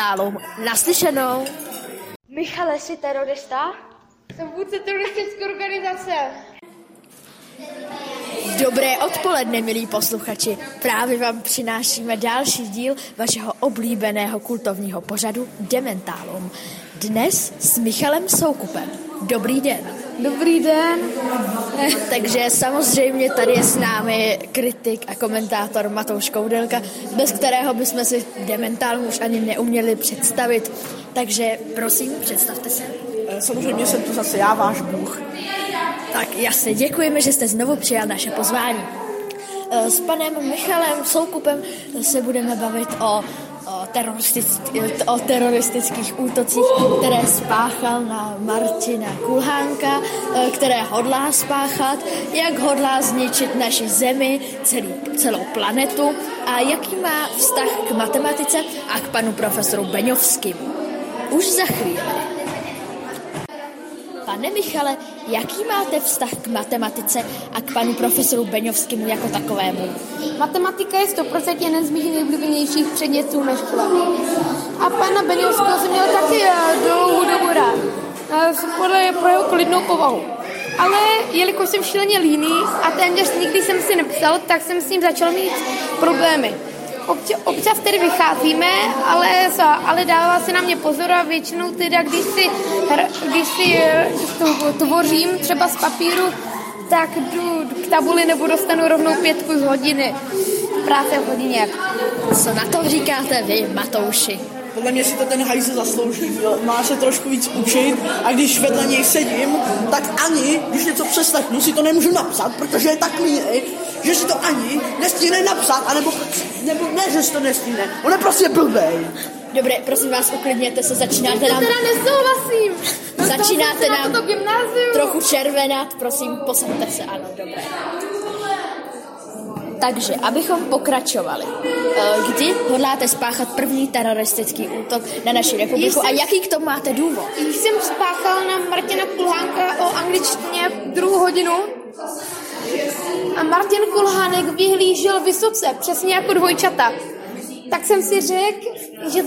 Dementálům. Naslyšenou. Michale, jsi terorista? Jsem vůdce teroristické organizace. Dobré odpoledne, milí posluchači. Právě vám přinášíme další díl vašeho oblíbeného kultovního pořadu Dementálům. Dnes s Michalem Soukupem. Dobrý den. Dobrý den. Takže samozřejmě tady je s námi kritik a komentátor Matouš Koudelka, bez kterého bychom si Dementálům už ani neuměli představit. Takže prosím, představte se. Samozřejmě jsem tu zase já, váš Bůh. Tak jasně, děkujeme, že jste znovu přijal naše pozvání. S panem Michalem Soukupem se budeme bavit o teroristických útocích, které spáchal na Martina Kulhánka, které hodlá spáchat, jak hodlá zničit naši zemi, celou planetu a jaký má vztah k matematice a k panu profesoru Beňovskému. Už za chvíli. Pane Michale, jaký máte vztah k matematice a k panu profesoru Beňovskému jako takovému? Matematika je 100% jeden z mých nejoblíbenějších předmětů na škole. A pana Beňovského jsem měl taky dlouhou dobu rád. Podle pro jeho klidnou povahu. Ale jelikož jsem šíleně líný a téměř nikdy jsem si nepsal, tak jsem s ním začal mít problémy. Občas tedy vycházíme, ale dává se na mě pozor a většinou teda, když si to tvořím třeba z papíru, tak jdu k tabuli nebo dostanu rovnou 5 z hodiny práce v hodině. Co na to říkáte vy, Matouši? Podle mě si to ten hajzl zaslouží, má se trošku víc učit a když vedle něj sedím, tak ani, když něco přeslechnu, si to nemůžu napsat, protože je tak línej, že si to ani nestíne napsat, anebo ne, že si to nestíne, on je prostě blbej. Dobré, prosím vás, uklidněte se, začínáte nám... To teda nesouhlasím. Začínáte nám trochu červenat, prosím, posaďte se, ano, dobré. Takže, abychom pokračovali, kdy hodláte spáchat první teroristický útok na naši republiku a jaký k tomu máte důvod? Jsem spáchal na Martina Kulhánka o angličtině 2 hodinu a Martin Kulhánek vyhlížel vysoce, přesně jako dvojčata. Tak jsem si řekl, že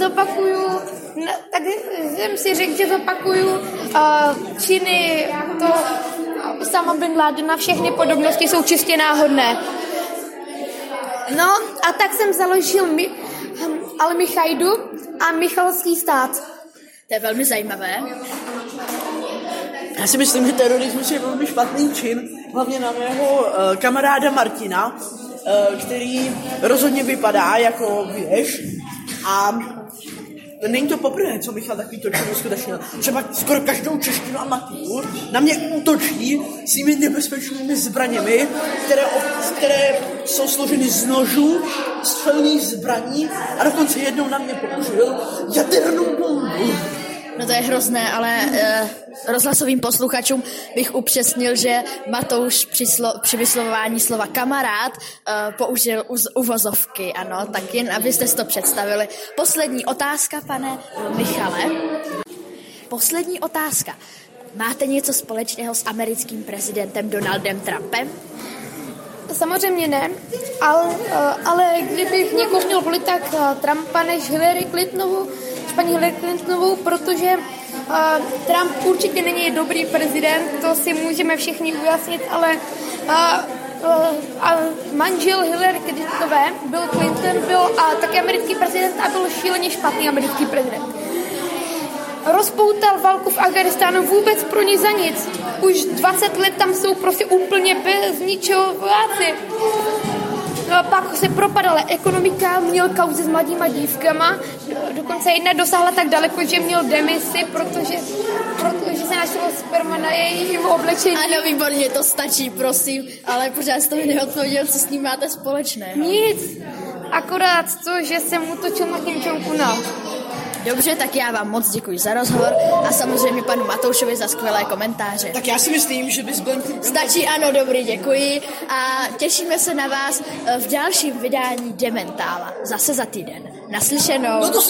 zopakuju činy to Osama bin Ladena, všechny podobnosti jsou čistě náhodné. No a tak jsem založil Al-Michaidu a Michalský stát. To je velmi zajímavé. Já si myslím, že terorismus je velmi špatný čin, hlavně na mého kamaráda Martina, který rozhodně vypadá jako věž a není to poprvé, co Michal takovýto čin uskutečnil. Třeba skoro každou češtinu a maturu na mě útočí svými nebezpečnými zbraněmi, které jsou složeny z nožů, střelných zbraní a dokonce jednou na mě použil jadernou bombu. No to je hrozné, ale rozhlasovým posluchačům bych upřesnil, že Matouš při vyslovování slova kamarád použil uvozovky, ano, tak jen abyste si to představili. Poslední otázka, pane Michale. Poslední otázka. Máte něco společného s americkým prezidentem Donaldem Trumpem? Samozřejmě ne, ale kdybych někoho měl volit, tak Trumpa než paní Hillary Clintonovou, protože Trump určitě není dobrý prezident, to si můžeme všichni ujasnit, ale manžel Hillary Clintonové, Bill Clinton, byl také americký prezident a byl šíleně špatný americký prezident. Rozpoutal válku v Afghánistánu vůbec pro ní za nic. Už 20 let tam jsou prostě úplně bez ničeho vojáci. Pak se propadala ekonomika, měl kauzy s mladýma dívkama, dokonce jedna dosáhla tak daleko, že měl demisi, protože se našlo sperma na jejím oblečení. Ano, výborně, to stačí, prosím, ale pořád jste mi neodpověděl, co s ním máte společného. Nic, akorát to, že jsem útočil na Kim Jong-una. Dobře, tak já vám moc děkuji za rozhovor a samozřejmě panu Matoušovi za skvělé komentáře. Tak já si myslím, že bys byl... Stačí, ano, dobrý, děkuji a těšíme se na vás v dalším vydání Dementála, zase za týden. Naslyšenou.